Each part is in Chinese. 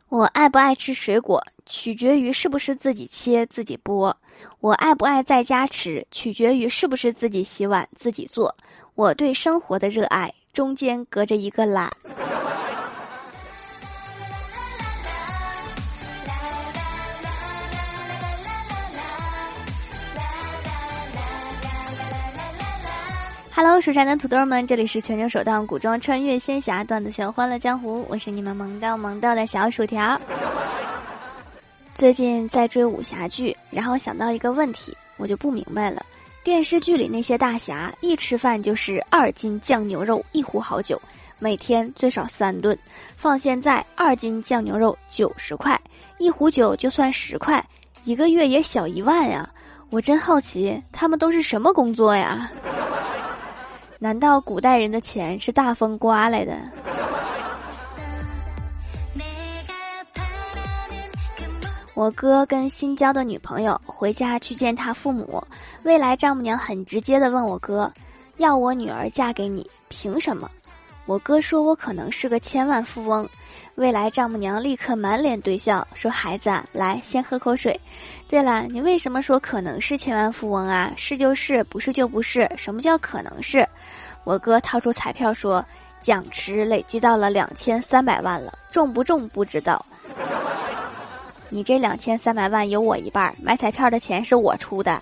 我爱不爱吃水果，取决于是不是自己切自己剥；我爱不爱在家吃，取决于是不是自己洗碗自己做。我对生活的热爱，中间隔着一个懒。Hello， 蜀山的土豆们，这里是全球首档古装穿越仙侠段子秀《欢乐江湖》，我是你们萌到的小薯条。最近在追武侠剧，然后想到一个问题，我就不明白了。电视剧里那些大侠一吃饭就是2斤酱牛肉1壶好酒，每天最少3顿，放现在2斤酱牛肉90块，1壶酒就算10块，1个月也小1万呀！我真好奇，他们都是什么工作呀？难道古代人的钱是大风刮来的？我哥跟新交的女朋友回家去见他父母，未来丈母娘很直接地问我哥，要我女儿嫁给你，凭什么？我哥说我可能是个千万富翁。未来丈母娘立刻满脸堆笑，说孩子啊，来先喝口水。对了，你为什么说可能是千万富翁啊？是就是，不是就不是，什么叫可能是？我哥掏出彩票说，奖池累积到了2300万了，中不中不知道。你这2300万有我一半，买彩票的钱是我出的。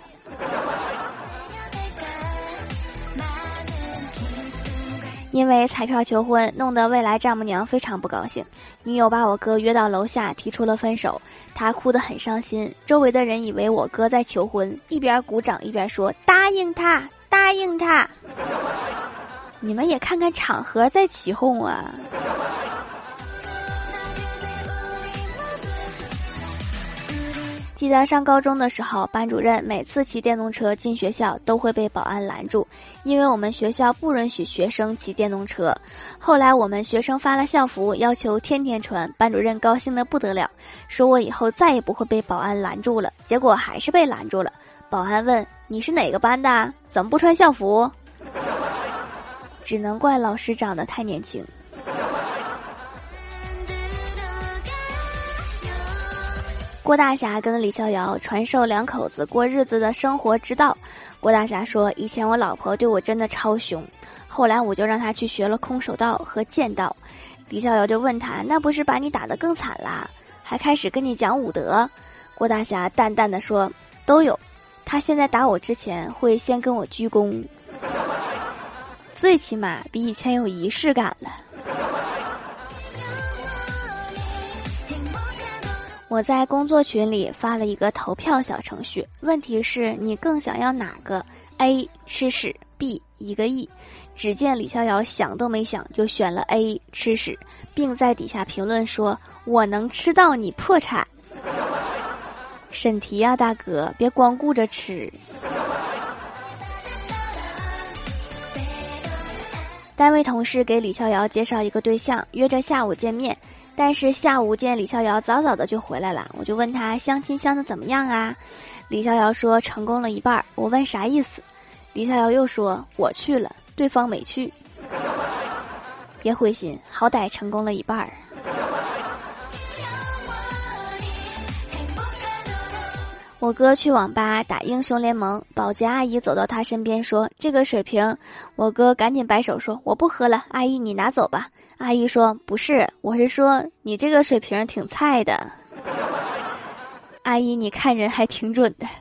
因为彩票求婚，弄得未来丈母娘非常不高兴，女友把我哥约到楼下提出了分手，他哭得很伤心，周围的人以为我哥在求婚，一边鼓掌一边说答应他答应他。你们也看看场合再起哄啊。记得上高中的时候，班主任每次骑电动车进学校都会被保安拦住，因为我们学校不允许学生骑电动车。后来我们学生发了校服，要求天天穿，班主任高兴得不得了，说我以后再也不会被保安拦住了。结果还是被拦住了。保安问，你是哪个班的？怎么不穿校服？只能怪老师长得太年轻。郭大侠跟李逍遥传授2口子过日子的生活之道。郭大侠说，以前我老婆对我真的超凶，后来我就让她去学了空手道和剑道。李逍遥就问他，那不是把你打得更惨啦？还开始跟你讲武德。郭大侠淡淡的说，都有，他现在打我之前会先跟我鞠躬，最起码比以前有仪式感了。我在工作群里发了一个投票小程序，问题是你更想要哪个 ？A 吃屎 ，B 1个亿。只见李逍遥想都没想就选了 A 吃屎，并在底下评论说，我能吃到你破产。审题啊大哥，别光顾着吃。单位同事给李逍遥介绍一个对象，约着下午见面，但是下午见李逍遥早早的就回来了，我就问他相亲相的怎么样啊？李逍遥说成功了一半。我问啥意思？李逍遥又说我去了，对方没去。别灰心，好歹成功了一半。我哥去网吧打英雄联盟，保洁阿姨走到他身边说，这个水平。我哥赶紧摆手说，我不喝了，阿姨你拿走吧。阿姨说，不是，我是说你这个水平挺菜的。阿姨你看人还挺准的。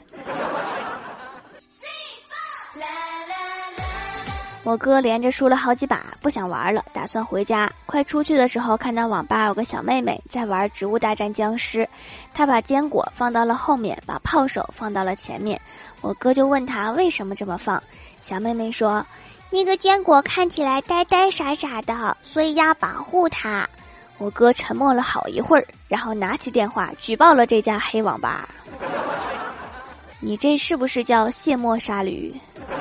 我哥连着输了好几把，不想玩了，打算回家。快出去的时候，看到网吧有个小妹妹在玩植物大战僵尸，她把坚果放到了后面，把炮手放到了前面。我哥就问她为什么这么放，小妹妹说，那个坚果看起来呆呆傻傻的，所以要保护它。我哥沉默了好一会儿，然后拿起电话举报了这家黑网吧。你这是不是叫卸磨杀驴？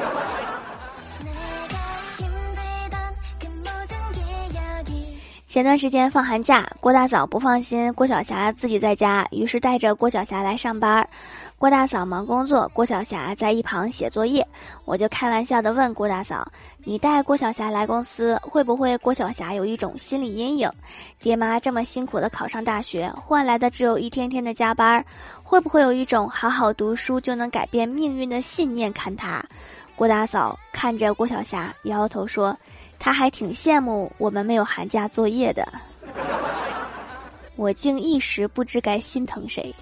前段时间放寒假，郭大嫂不放心郭晓霞自己在家，于是带着郭晓霞来上班。郭大嫂忙工作，郭晓霞在一旁写作业。我就开玩笑地问郭大嫂， 你带郭晓霞来公司，会不会郭晓霞有一种心理阴影？爹妈这么辛苦的考上大学，换来的只有一天天的加班，会不会有一种好好读书就能改变命运的信念看他？郭大嫂看着郭晓霞摇摇头说，他还挺羡慕我们没有寒假作业的。我竟一时不知该心疼谁。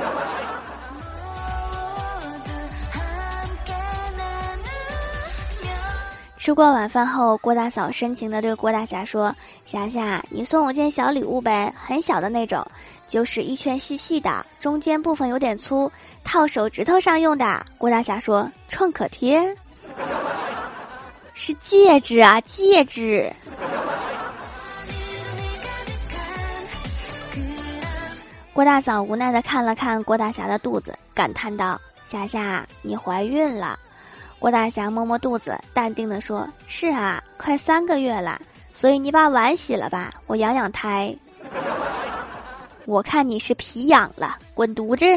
吃过晚饭后，郭大嫂深情地对郭大侠说，霞霞，你送我件小礼物呗，很小的那种，就是一圈细细的，中间部分有点粗，套手指头上用的。郭大侠说，创可贴。是戒指啊，戒指。郭大嫂无奈地看了看郭大侠的肚子，感叹道，霞霞，你怀孕了。郭大侠摸摸肚子，淡定地说，是啊，快3个月了，所以你把碗洗了吧，我养养胎。我看你是皮痒了，滚犊子。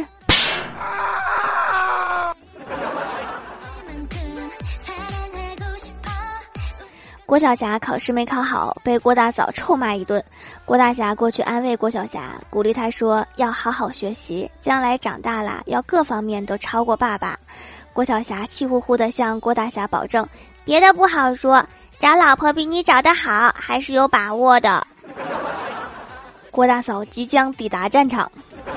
郭晓霞考试没考好，被郭大嫂臭骂一顿。郭大侠过去安慰郭晓霞，鼓励她说，要好好学习，将来长大了要各方面都超过爸爸。郭晓霞气呼呼地向郭大侠保证，别的不好说，找老婆比你找得好，还是有把握的。郭大嫂即将抵达战场。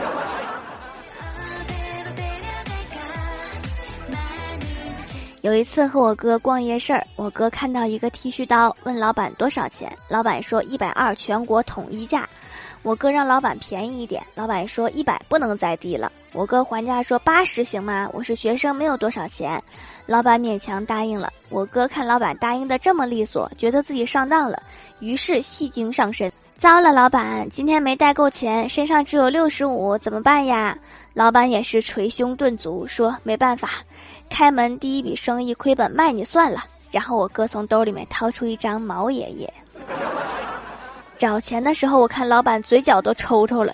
有一次和我哥逛夜市，我哥看到一个剃须刀，问老板多少钱，老板说120，全国统一价。我哥让老板便宜一点，老板说100不能再低了。我哥还价说80行吗？我是学生，没有多少钱。老板勉强答应了。我哥看老板答应的这么利索，觉得自己上当了，于是戏精上身。糟了，老板，今天没带够钱，身上只有65，怎么办呀？老板也是捶胸顿足，说没办法，开门第一笔生意亏本，卖你算了。然后我哥从兜里面掏出一张毛爷爷。找钱的时候，我看老板嘴角都抽抽了。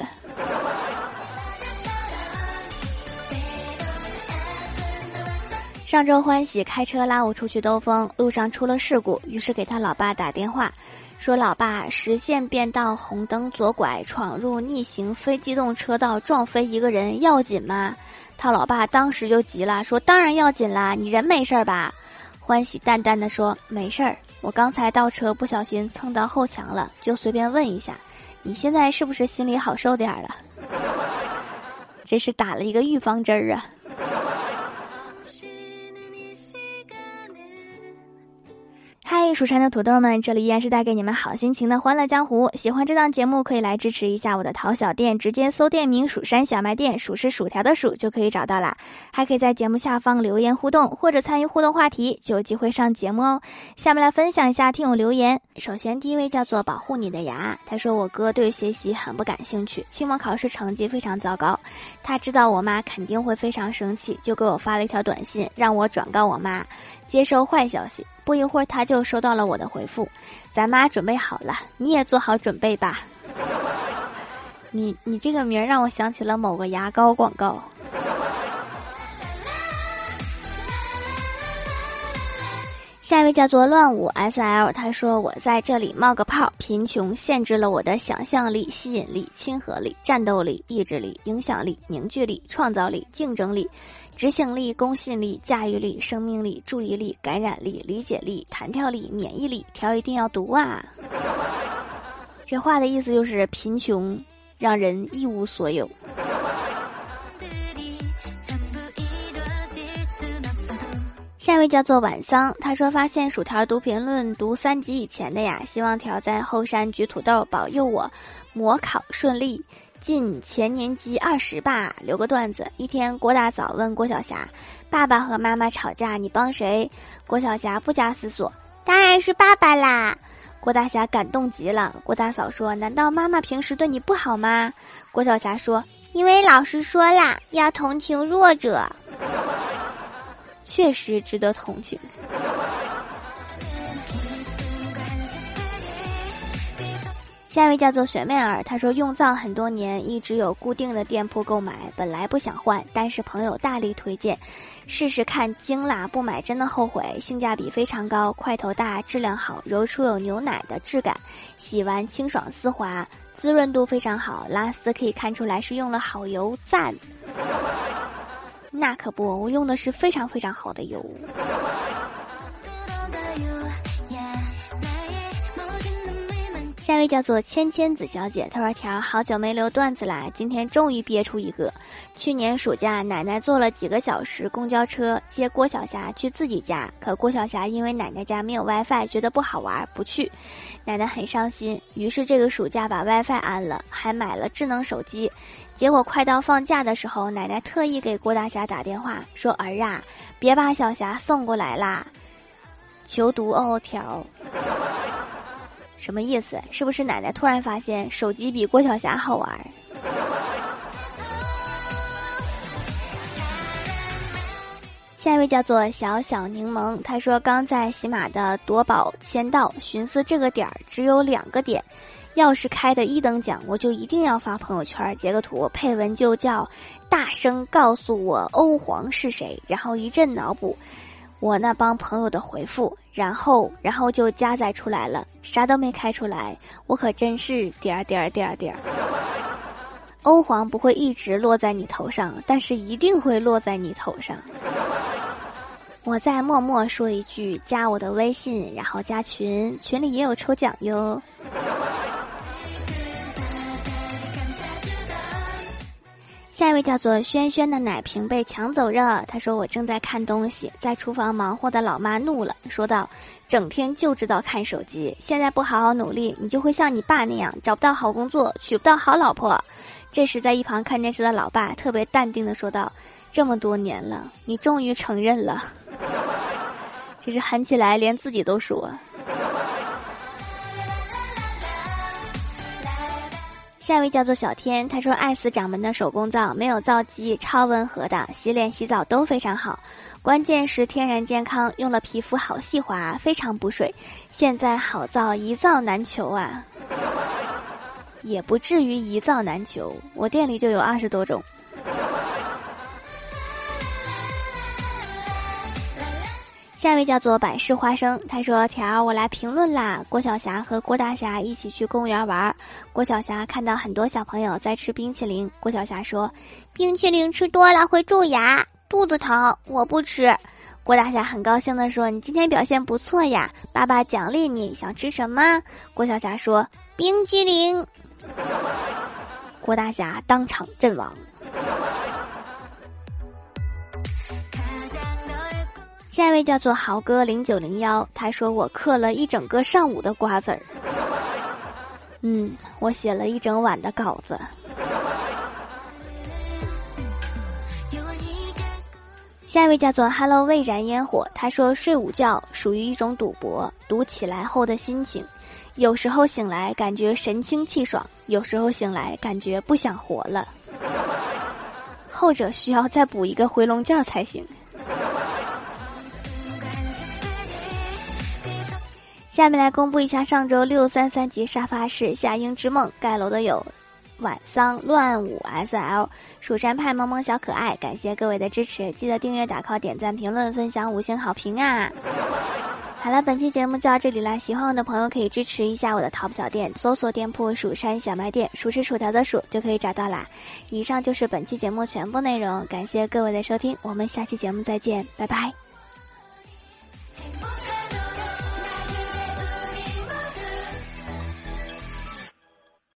上周欢喜开车拉我出去兜风，路上出了事故，于是给他老爸打电话，说老爸，实线变道红灯左拐，闯入逆行非机动车道，撞飞一个人，要紧吗？他老爸当时就急了，说当然要紧啦，你人没事吧？欢喜淡淡的说，没事儿，我刚才倒车不小心蹭到后墙了，就随便问一下，你现在是不是心里好受点了？这是打了一个预防针儿啊。嗨，蜀山的土豆们，这里依然是带给你们好心情的欢乐江湖。喜欢这档节目可以来支持一下我的淘小店，直接搜店名蜀山小卖店，蜀是薯条的蜀就可以找到啦。还可以在节目下方留言互动，或者参与互动话题，就有机会上节目哦。下面来分享一下听友留言。首先第一位叫做保护你的牙，他说我哥对学习很不感兴趣，期末考试成绩非常糟糕，他知道我妈肯定会非常生气，就给我发了一条短信，让我转告我妈接收坏消息。不一会儿他就收到了我的回复，咱妈准备好了，你也做好准备吧。你这个名让我想起了某个牙膏广告。下一位叫做乱舞 SL， 他说我在这里冒个泡，贫穷限制了我的想象力、吸引力、亲和力、战斗力、意志力、影响力、凝聚力、创造力、竞争力、执行力、公信力、驾驭力、生命力、注意力、感染力、理解力、弹跳力、免疫力，条一定要读啊。这话的意思就是贫穷让人一无所有。下一位叫做晚桑，他说发现薯条读评论读3级以前的呀，希望条在后山举土豆保佑我模考顺利进前年级20吧。留个段子，一天郭大嫂问郭晓霞，爸爸和妈妈吵架你帮谁？郭晓霞不假思索，当然是爸爸啦。郭大侠感动极了。郭大嫂说，难道妈妈平时对你不好吗？郭晓霞说，因为老师说啦，要同情弱者。确实值得同情。 下一位叫做雪妹儿，她说用皂很多年，一直有固定的店铺购买，本来不想换，但是朋友大力推荐，试试看精啦，不买真的后悔，性价比非常高，块头大，质量好，揉出有牛奶的质感，洗完清爽丝滑，滋润度非常好，拉丝可以看出来是用了好油，赞。那可不，我用的是非常非常好的油。下一位叫做芊芊子小姐，她说条好久没留段子啦，今天终于憋出一个。去年暑假奶奶坐了几个小时公交车接郭晓霞去自己家，可郭晓霞因为奶奶家没有 WiFi 觉得不好玩不去，奶奶很伤心，于是这个暑假把 WiFi 安了，还买了智能手机。结果快到放假的时候，奶奶特意给郭大侠打电话说，儿啊，别把小霞送过来啦，求读哦条。什么意思？是不是奶奶突然发现手机比郭晓霞好玩？下一位叫做小小柠檬，他说刚在喜马的夺宝签到，寻思这个点儿只有2个点，要是开的1等奖，我就一定要发朋友圈截个图，配文就叫大声告诉我欧皇是谁，然后一阵脑补我那帮朋友的回复，然后就加载出来了，啥都没开出来，我可真是点。欧皇不会一直落在你头上，但是一定会落在你头上。我再默默说一句，加我的微信，然后加群，群里也有抽奖哟。下一位叫做轩轩的奶瓶被抢走了，他说我正在看东西，在厨房忙活的老妈怒了，说道整天就知道看手机，现在不好好努力，你就会像你爸那样找不到好工作，娶不到好老婆。这时在一旁看电视的老爸特别淡定地说道，这么多年了，你终于承认了。这是狠起来连自己都说。下一位叫做小天，他说爱死掌门的手工皂，没有皂基，超温和的，洗脸洗澡都非常好，关键是天然健康，用了皮肤好细滑，非常补水，现在好皂一皂难求啊。也不至于一皂难求，我店里就有20多种。下一位叫做百事花生，他说条我来评论啦，郭晓霞和郭大侠一起去公园玩，郭晓霞看到很多小朋友在吃冰淇淋，郭晓霞说冰淇淋吃多了会蛀牙，肚子疼，我不吃。郭大侠很高兴地说，你今天表现不错呀，爸爸奖励你，想吃什么？郭晓霞说冰淇淋。郭大侠当场阵亡。下一位叫做豪哥0901，他说我嗑了一整个上午的瓜子儿。我写了一整晚的稿子。下一位叫做 Hello 未燃烟火，他说睡午觉属于一种赌博，赌起来后的心情，有时候醒来感觉神清气爽，有时候醒来感觉不想活了，后者需要再补一个回笼觉才行。下面来公布一下上周633级沙发是夏英之梦，盖楼的有晚桑乱舞 SL 蜀山派萌萌小可爱，感谢各位的支持，记得订阅打 call 点赞评论分享5星好评啊。好了，本期节目就到这里啦，喜欢我的朋友可以支持一下我的淘宝小店，搜索店铺蜀山小卖店，数是薯条的数就可以找到啦。以上就是本期节目全部内容，感谢各位的收听，我们下期节目再见，拜拜。